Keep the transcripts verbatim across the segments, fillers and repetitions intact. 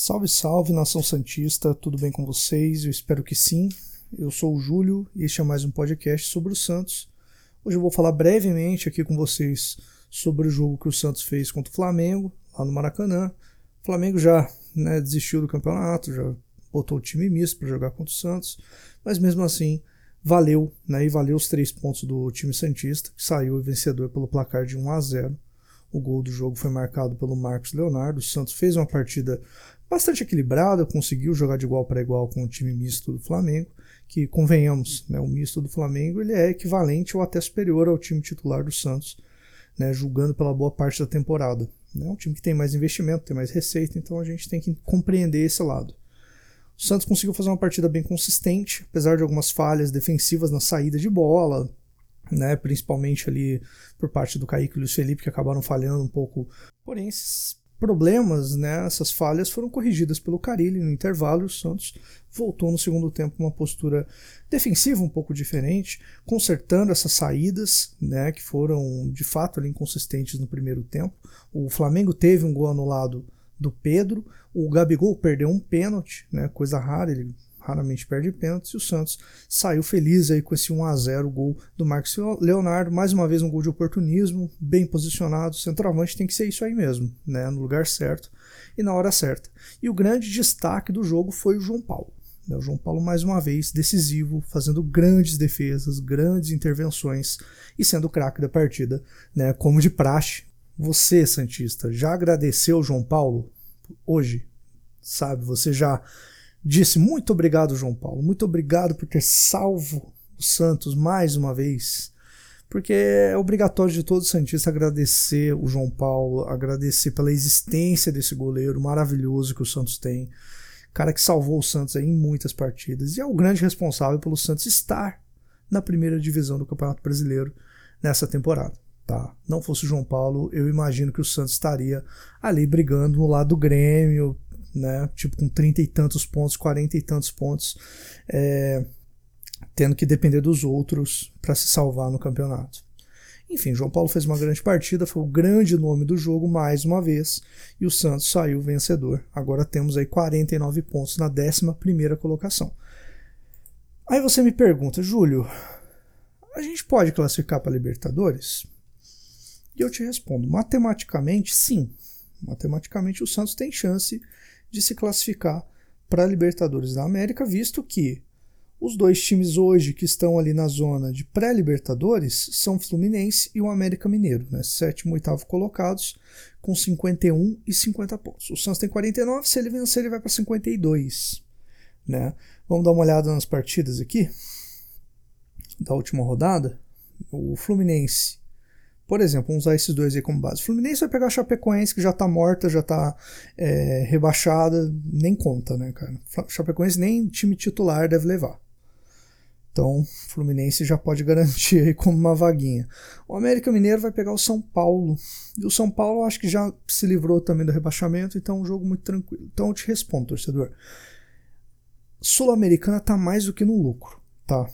Salve, salve, nação santista, tudo bem com vocês? Eu espero que sim. Eu sou o Júlio e este é mais um podcast sobre o Santos. Hoje eu vou falar brevemente aqui com vocês sobre o jogo que o Santos fez contra o Flamengo, lá no Maracanã. O Flamengo já né, desistiu do campeonato, já botou o time misto para jogar contra o Santos, mas mesmo assim valeu, né, e valeu os três pontos do time santista, que saiu vencedor pelo placar de um a zero. O gol do jogo foi marcado pelo Marcos Leonardo. O Santos fez uma partida bastante equilibrada, conseguiu jogar de igual para igual com o time misto do Flamengo, que, convenhamos, né, o misto do Flamengo ele é equivalente ou até superior ao time titular do Santos, né, julgando pela boa parte da temporada. É um time que tem mais investimento, tem mais receita, então a gente tem que compreender esse lado. O Santos conseguiu fazer uma partida bem consistente, apesar de algumas falhas defensivas na saída de bola, né, principalmente ali por parte do Kaique e Luiz Felipe, que acabaram falhando um pouco. Porém, esses problemas, né, essas falhas foram corrigidas pelo Carille no intervalo e o Santos voltou no segundo tempo com uma postura defensiva um pouco diferente, consertando essas saídas, né, que foram de fato ali inconsistentes no primeiro tempo. O Flamengo teve um gol anulado do Pedro, o Gabigol perdeu um pênalti, né, coisa rara, ele raramente perde pênaltis, e o Santos saiu feliz aí com esse um a zero, gol do Marcos Leonardo, mais uma vez um gol de oportunismo, bem posicionado, centroavante tem que ser isso aí mesmo, né, no lugar certo e na hora certa. E o grande destaque do jogo foi o João Paulo, né, o João Paulo mais uma vez decisivo, fazendo grandes defesas, grandes intervenções e sendo o craque da partida, né, como de praxe. Você, santista, já agradeceu o João Paulo hoje? Sabe, você já disse muito obrigado, João Paulo, muito obrigado por ter salvo o Santos mais uma vez, porque é obrigatório de todo santista agradecer o João Paulo, agradecer pela existência desse goleiro maravilhoso que o Santos tem, cara que salvou o Santos aí em muitas partidas e é o grande responsável pelo Santos estar na primeira divisão do Campeonato Brasileiro nessa temporada. Tá? Não fosse o João Paulo, eu imagino que o Santos estaria ali brigando no lado do Grêmio, né, tipo com trinta e tantos pontos, quarenta e tantos pontos, é, tendo que depender dos outros para se salvar no campeonato. Enfim, João Paulo fez uma grande partida, foi o grande nome do jogo mais uma vez, e o Santos saiu vencedor. Agora temos aí quarenta e nove pontos na décima primeira colocação. Aí você me pergunta, Júlio, a gente pode classificar para Libertadores? E eu te respondo, matematicamente sim. Matematicamente o Santos tem chance de se classificar para a Libertadores da América, visto que os dois times hoje que estão ali na zona de pré-Libertadores são o Fluminense e o América Mineiro, né? Sétimo e oitavo colocados com cinquenta e um e cinquenta pontos. O Santos tem quarenta e nove, se ele vencer ele vai para cinquenta e dois, né? Vamos dar uma olhada nas partidas aqui da última rodada. O Fluminense, por exemplo, vamos usar esses dois aí como base. O Fluminense vai pegar a Chapecoense, que já tá morta, já tá é, rebaixada, nem conta, né, cara? Chapecoense nem time titular deve levar. Então, o Fluminense já pode garantir aí como uma vaguinha. O América Mineiro vai pegar o São Paulo. E o São Paulo acho que já se livrou também do rebaixamento, então é um jogo muito tranquilo. Então eu te respondo, torcedor. Sul-Americana tá mais do que no lucro, tá?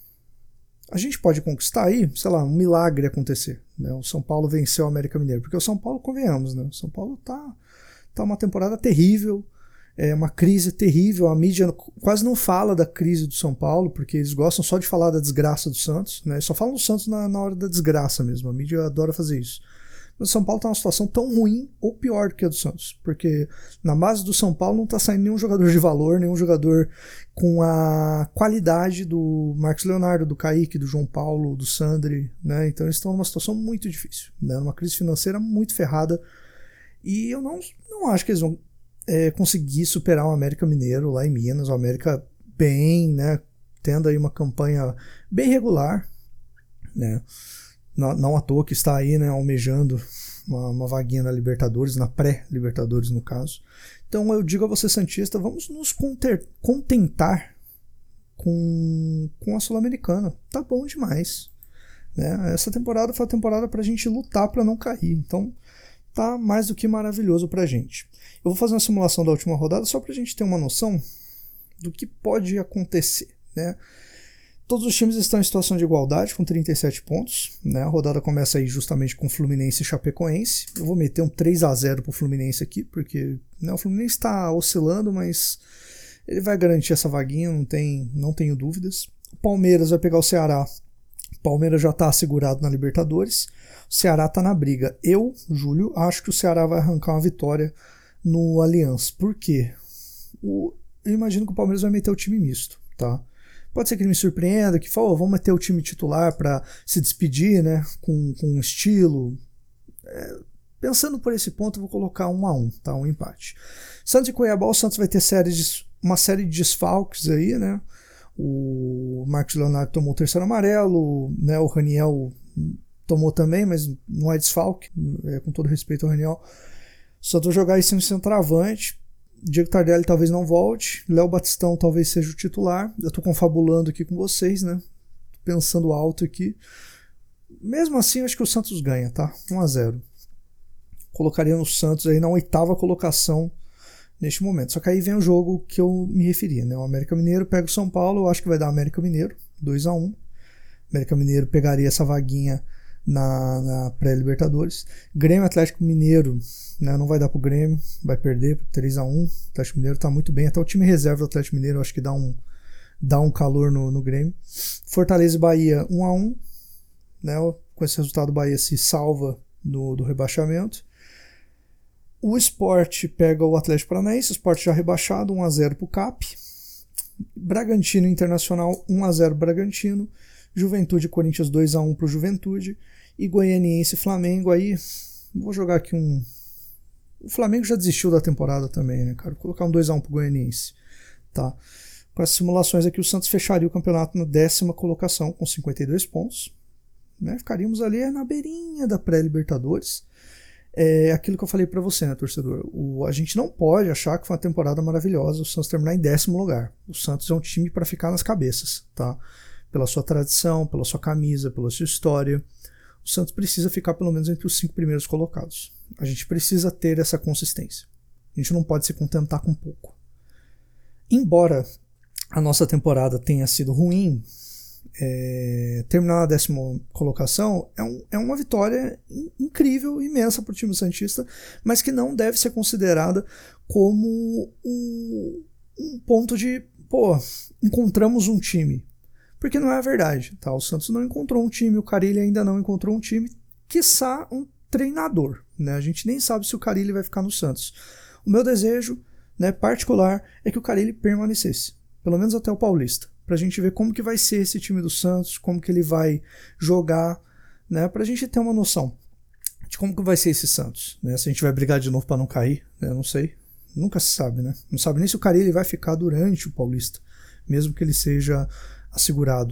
A gente pode conquistar aí, sei lá, um milagre acontecer, né? O São Paulo venceu o América Mineiro, porque o São Paulo, convenhamos, né? O São Paulo tá, tá uma temporada terrível, é uma crise terrível, a mídia quase não fala da crise do São Paulo, porque eles gostam só de falar da desgraça do Santos, né? Só falam do Santos na, na hora da desgraça mesmo, a mídia adora fazer isso. Mas o São Paulo tá numa situação tão ruim ou pior do que a do Santos, porque na base do São Paulo não tá saindo nenhum jogador de valor, nenhum jogador com a qualidade do Marcos Leonardo, do Kaique, do João Paulo, do Sandri, né? Então eles estão numa situação muito difícil, né? Numa crise financeira muito ferrada, e eu não, não acho que eles vão é, conseguir superar o América Mineiro lá em Minas, o América bem, né? Tendo aí uma campanha bem regular, né? Não, não à toa que está aí, né, almejando uma, uma vaguinha na Libertadores, na pré-Libertadores no caso. Então eu digo a você, santista, vamos nos conter, contentar com, com a Sul-Americana. Tá bom demais, né? Essa temporada foi a temporada para a gente lutar para não cair. Então tá mais do que maravilhoso para a gente. Eu vou fazer uma simulação da última rodada só para a gente ter uma noção do que pode acontecer, né? Todos os times estão em situação de igualdade, com trinta e sete pontos. Né? A rodada começa aí justamente com Fluminense e Chapecoense. Eu vou meter um três a zero pro Fluminense aqui, porque né, o Fluminense está oscilando, mas ele vai garantir essa vaguinha, não, tem, não tenho dúvidas. O Palmeiras vai pegar o Ceará. O Palmeiras já está assegurado na Libertadores. O Ceará está na briga. Eu, Júlio, acho que o Ceará vai arrancar uma vitória no Allianz. Por quê? O, eu imagino que o Palmeiras vai meter o time misto, tá? Pode ser que ele me surpreenda, que fala, oh, vamos meter o time titular para se despedir, né? Com, com um estilo. É, pensando por esse ponto, eu vou colocar um a um, tá? Um empate. Santos e Cuiabá, o Santos vai ter série de, uma série de desfalques aí, né? O Marcos Leonardo tomou o terceiro amarelo, né? O Raniel tomou também, mas não é desfalque, é, com todo respeito ao Raniel. O Santos vai jogar aí sem centroavante. Diego Tardelli talvez não volte, Léo Batistão talvez seja o titular. Eu tô confabulando aqui com vocês, né? Pensando alto aqui. Mesmo assim, eu acho que o Santos ganha, tá? um a zero. Colocaria no Santos aí na oitava colocação neste momento. Só que aí vem o jogo que eu me referi, né? O América Mineiro pega o São Paulo, eu acho que vai dar América Mineiro, dois a um. América Mineiro pegaria essa vaguinha na, na pré-Libertadores. Grêmio Atlético Mineiro, né, não vai dar pro Grêmio, vai perder por três a um. O Atlético Mineiro tá muito bem, até o time reserva do Atlético Mineiro eu acho que dá um, dá um calor no, no Grêmio. Fortaleza e Bahia um a um, né, com esse resultado o Bahia se salva do, do rebaixamento. O Sport pega o Atlético Paranaense, o Sport já rebaixado, um a zero pro C A P. Bragantino Internacional um a zero Bragantino. Juventude e Corinthians dois a um pro Juventude. E Goianiense e Flamengo aí. Vou jogar aqui um. O Flamengo já desistiu da temporada também, né, cara? Vou colocar um dois a um pro Goianiense. Tá. Com as simulações aqui, o Santos fecharia o campeonato na décima colocação com cinquenta e dois pontos. Né? Ficaríamos ali na beirinha da pré-Libertadores. É aquilo que eu falei pra você, né, torcedor? O, a gente não pode achar que foi uma temporada maravilhosa o Santos terminar em décimo lugar. O Santos é um time para ficar nas cabeças, tá? Pela sua tradição, pela sua camisa, pela sua história. O Santos precisa ficar pelo menos entre os cinco primeiros colocados. A gente precisa ter essa consistência. A gente não pode se contentar com pouco. Embora a nossa temporada tenha sido ruim, é, terminar na décima colocação é, um, é uma vitória incrível, imensa para o time santista, mas que não deve ser considerada como um, um ponto de, pô, encontramos um time. Porque não é a verdade, tá? O Santos não encontrou um time, o Carille ainda não encontrou um time, quiçá um treinador, né? A gente nem sabe se o Carille vai ficar no Santos. O meu desejo, né, particular é que o Carille permanecesse, pelo menos até o Paulista, pra gente ver como que vai ser esse time do Santos, como que ele vai jogar, né? Pra gente ter uma noção de como que vai ser esse Santos, né? Se a gente vai brigar de novo pra não cair, né? Não sei, nunca se sabe, né? Não sabe nem se o Carille vai ficar durante o Paulista, mesmo que ele seja assegurado.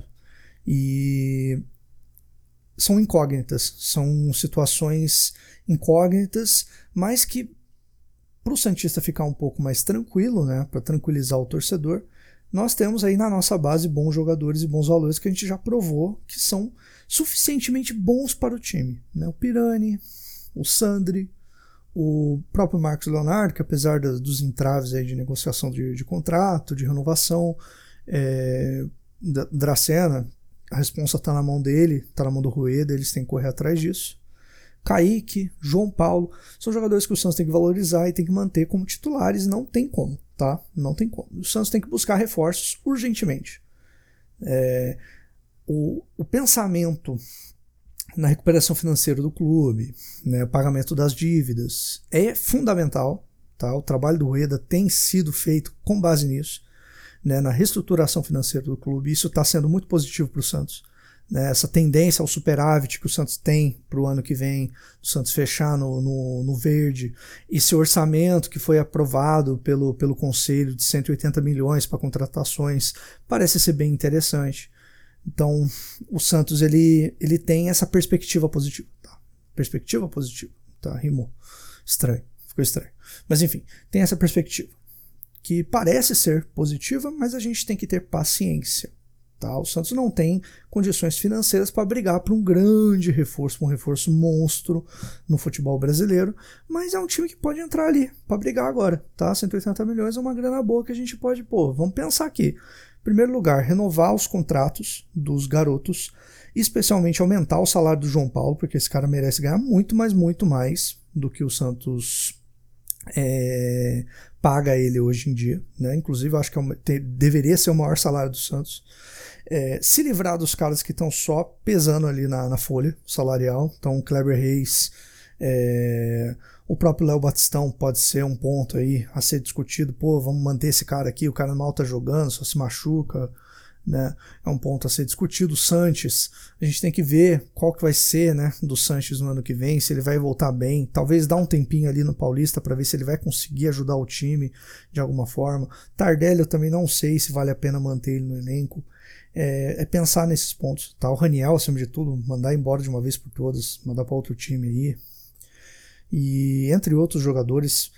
E são incógnitas, são situações incógnitas, mas que para o Santista ficar um pouco mais tranquilo, né, para tranquilizar o torcedor, nós temos aí na nossa base bons jogadores e bons valores que a gente já provou que são suficientemente bons para o time, né? O Pirani, o Sandri, o próprio Marcos Leonardo, que apesar das, dos entraves aí de negociação de, de contrato, de renovação, é, Dracena, a responsa está na mão dele, está na mão do Rueda, eles têm que correr atrás disso. Kaique, João Paulo, são jogadores que o Santos tem que valorizar e tem que manter como titulares, não tem como, tá? Não tem como. O Santos tem que buscar reforços urgentemente. É, o, o pensamento na recuperação financeira do clube, né, o pagamento das dívidas, é fundamental, tá? O trabalho do Rueda tem sido feito com base nisso, né, na reestruturação financeira do clube. Isso está sendo muito positivo para o Santos. Né, essa tendência ao superávit que o Santos tem para o ano que vem, o Santos fechar no, no, no verde, esse orçamento que foi aprovado pelo, pelo Conselho de cento e oitenta milhões para contratações, parece ser bem interessante. Então, o Santos ele, ele tem essa perspectiva positiva. Tá? Perspectiva positiva. Tá? Rimou. Estranho. Ficou estranho. Mas enfim, tem essa perspectiva que parece ser positiva, mas a gente tem que ter paciência. Tá? O Santos não tem condições financeiras para brigar por um grande reforço, um reforço monstro no futebol brasileiro, mas é um time que pode entrar ali para brigar agora. Tá? cento e oitenta milhões é uma grana boa que a gente pode, pô, vamos pensar aqui. Em primeiro lugar, renovar os contratos dos garotos, especialmente aumentar o salário do João Paulo, porque esse cara merece ganhar muito, mas muito mais do que o Santos é, paga ele hoje em dia. Né? Inclusive, eu acho que é uma, te, deveria ser o maior salário do Santos. É, se livrar dos caras que estão só pesando ali na, na folha salarial. Então, o Kleber Reis, é, o próprio Léo Batistão pode ser um ponto aí a ser discutido. Pô, vamos manter esse cara aqui, o cara mal tá jogando, só se machuca. Né? É um ponto a ser discutido. O Sanches, a gente tem que ver qual que vai ser, né, do Sanches no ano que vem, se ele vai voltar bem, talvez dar um tempinho ali no Paulista para ver se ele vai conseguir ajudar o time de alguma forma. Tardelli eu também não sei se vale a pena manter ele no elenco. É, é pensar nesses pontos, tá? O Raniel, acima de tudo, mandar embora de uma vez por todas, mandar para outro time aí. E entre outros jogadores,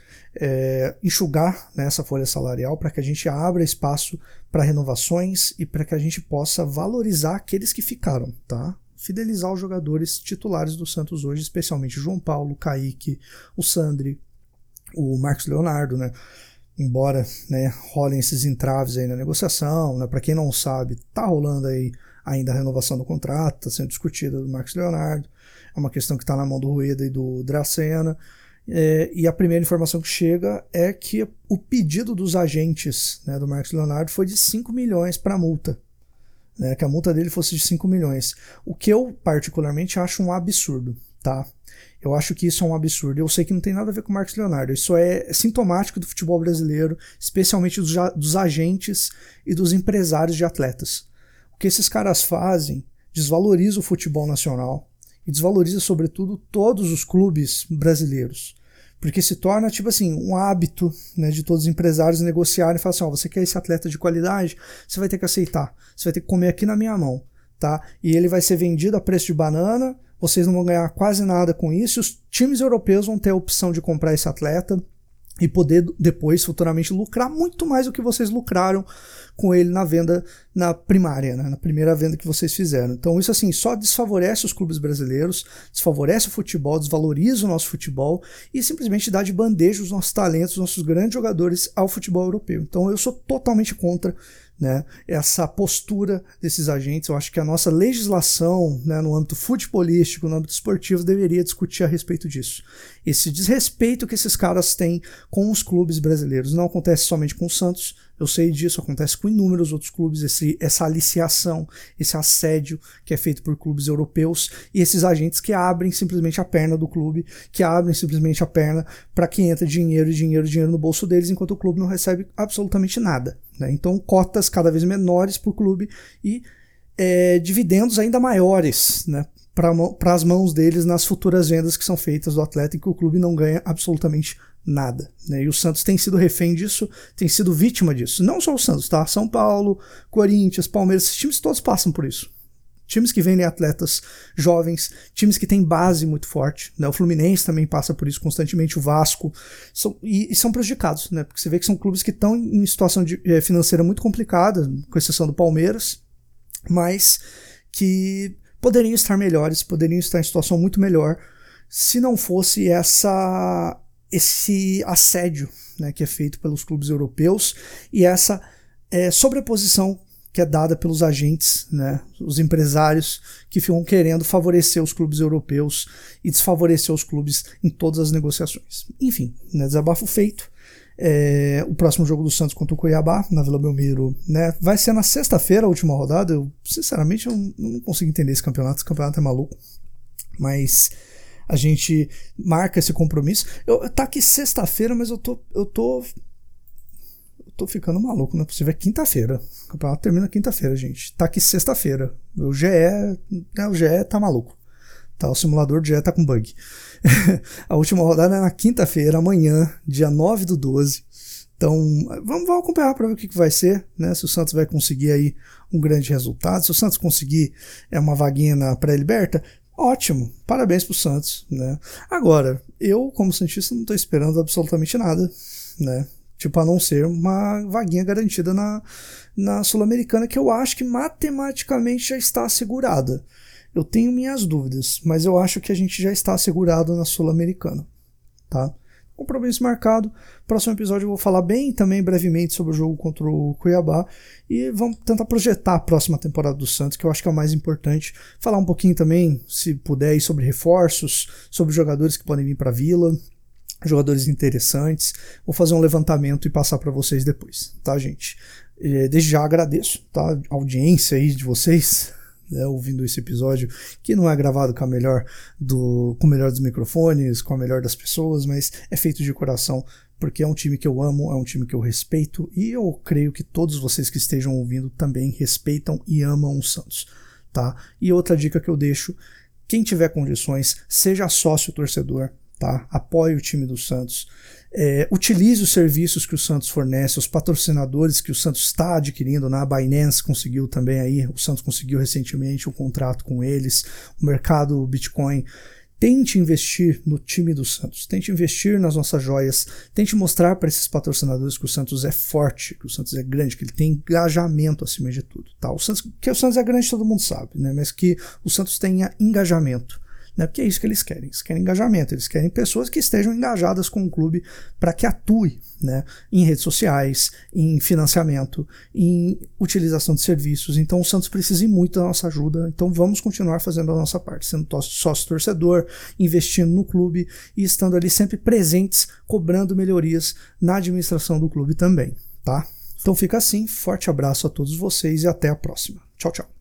é, enxugar, né, essa folha salarial para que a gente abra espaço para renovações e para que a gente possa valorizar aqueles que ficaram, tá? Fidelizar os jogadores titulares do Santos hoje, especialmente o João Paulo, o Kaique, o Sandri, o Marcos Leonardo, né? Embora, né, rolem esses entraves aí na negociação, né? Para quem não sabe, tá rolando aí ainda a renovação do contrato, tá sendo discutida do Marcos Leonardo. É uma questão que está na mão do Rueda e do Dracena. É, e a primeira informação que chega é que o pedido dos agentes, né, do Marcos Leonardo foi de cinco milhões para a multa. Né, que a multa dele fosse de cinco milhões. O que eu particularmente acho um absurdo. Tá? Eu acho que isso é um absurdo. Eu sei que não tem nada a ver com o Marcos Leonardo. Isso é sintomático do futebol brasileiro, especialmente dos, dos agentes e dos empresários de atletas. O que esses caras fazem desvaloriza o futebol nacional e desvaloriza, sobretudo, todos os clubes brasileiros. Porque se torna, tipo assim, um hábito, né, de todos os empresários negociarem e falar assim, ó, você quer esse atleta de qualidade? Você vai ter que aceitar. Você vai ter que comer aqui na minha mão. Tá? E ele vai ser vendido a preço de banana, vocês não vão ganhar quase nada com isso, e os times europeus vão ter a opção de comprar esse atleta e poder depois, futuramente, lucrar muito mais do que vocês lucraram com ele na venda na primária, né? Na primeira venda que vocês fizeram. Então isso assim só desfavorece os clubes brasileiros, desfavorece o futebol, desvaloriza o nosso futebol e simplesmente dá de bandeja os nossos talentos, os nossos grandes jogadores ao futebol europeu. Então eu sou totalmente contra, né, essa postura desses agentes. Eu acho que a nossa legislação, né, no âmbito futebolístico, no âmbito esportivo, deveria discutir a respeito disso. Esse desrespeito que esses caras têm com os clubes brasileiros não acontece somente com o Santos, eu sei disso, acontece com inúmeros outros clubes, esse, essa aliciação, esse assédio que é feito por clubes europeus e esses agentes que abrem simplesmente a perna do clube, que abrem simplesmente a perna para que entre dinheiro, dinheiro, dinheiro no bolso deles, enquanto o clube não recebe absolutamente nada. Né? Então, cotas cada vez menores para o clube e é, dividendos ainda maiores, né, para as mãos deles nas futuras vendas que são feitas do atleta e que o clube não ganha absolutamente nada. Né? E o Santos tem sido refém disso, tem sido vítima disso. Não só o Santos, tá? São Paulo, Corinthians, Palmeiras, esses times todos passam por isso. Times que vendem atletas jovens, times que têm base muito forte, né? O Fluminense também passa por isso constantemente, o Vasco, são, e, e são prejudicados, né? Porque você vê que são clubes que estão em situação de, é, financeira muito complicada, com exceção do Palmeiras, mas que poderiam estar melhores, poderiam estar em situação muito melhor se não fosse essa, esse assédio, né, que é feito pelos clubes europeus e essa é, sobreposição que é dada pelos agentes, né, os empresários que ficam querendo favorecer os clubes europeus e desfavorecer os clubes em todas as negociações. Enfim, né, desabafo feito. É, o próximo jogo do Santos contra o Cuiabá, na Vila Belmiro, né, vai ser na sexta-feira, a última rodada. Eu, sinceramente, eu não consigo entender esse campeonato. Esse campeonato é maluco. Mas a gente marca esse compromisso. Eu, tá aqui sexta-feira, mas eu tô, eu tô eu tô ficando maluco, não é possível. É quinta-feira. O campeonato termina quinta-feira, gente. Tá aqui sexta-feira. O G E, né, o G E tá maluco. Tá, o simulador de G E tá com bug. A última rodada é na quinta-feira, amanhã, dia nove do doze. Então, vamos, vamos acompanhar para ver o que, que vai ser, né? Se o Santos vai conseguir aí um grande resultado. Se o Santos conseguir é, uma vaguinha na pré-liberta, ótimo. Parabéns pro Santos, né? Agora, eu, como santista, não tô esperando absolutamente nada, né? Tipo, a não ser uma vaguinha garantida na, na Sul-Americana, que eu acho que matematicamente já está assegurada. Eu tenho minhas dúvidas, mas eu acho que a gente já está assegurado na Sul-Americana, tá? Compromisso marcado. Próximo episódio eu vou falar bem também brevemente sobre o jogo contra o Cuiabá e vamos tentar projetar a próxima temporada do Santos, que eu acho que é o mais importante. Falar um pouquinho também, se puder, aí sobre reforços, sobre jogadores que podem vir para a Vila, jogadores interessantes. Vou fazer um levantamento e passar para vocês depois, tá, gente? E desde já agradeço, tá, a audiência aí de vocês. Né, ouvindo esse episódio, que não é gravado com a melhor do, com o melhor dos microfones, com a melhor das pessoas, mas é feito de coração, porque é um time que eu amo, é um time que eu respeito, e eu creio que todos vocês que estejam ouvindo também respeitam e amam o Santos, tá? E outra dica que eu deixo, quem tiver condições, seja sócio torcedor, tá? Apoie o time do Santos. É, utilize os serviços que o Santos fornece, os patrocinadores que o Santos está adquirindo, né? A Binance conseguiu também aí, o Santos conseguiu recentemente um contrato com eles, o mercado Bitcoin. Tente investir no time do Santos, tente investir nas nossas joias, tente mostrar para esses patrocinadores que o Santos é forte, que o Santos é grande, que ele tem engajamento acima de tudo, tá? O Santos, que o Santos é grande todo mundo sabe, né? Mas que o Santos tenha engajamento. Né, porque é isso que eles querem, eles querem engajamento, eles querem pessoas que estejam engajadas com o clube para que atue, né, em redes sociais, em financiamento, em utilização de serviços. Então o Santos precisa muito da nossa ajuda, então vamos continuar fazendo a nossa parte, sendo sócio torcedor, investindo no clube e estando ali sempre presentes, cobrando melhorias na administração do clube também, tá? Então fica assim, forte abraço a todos vocês e até a próxima. Tchau, tchau.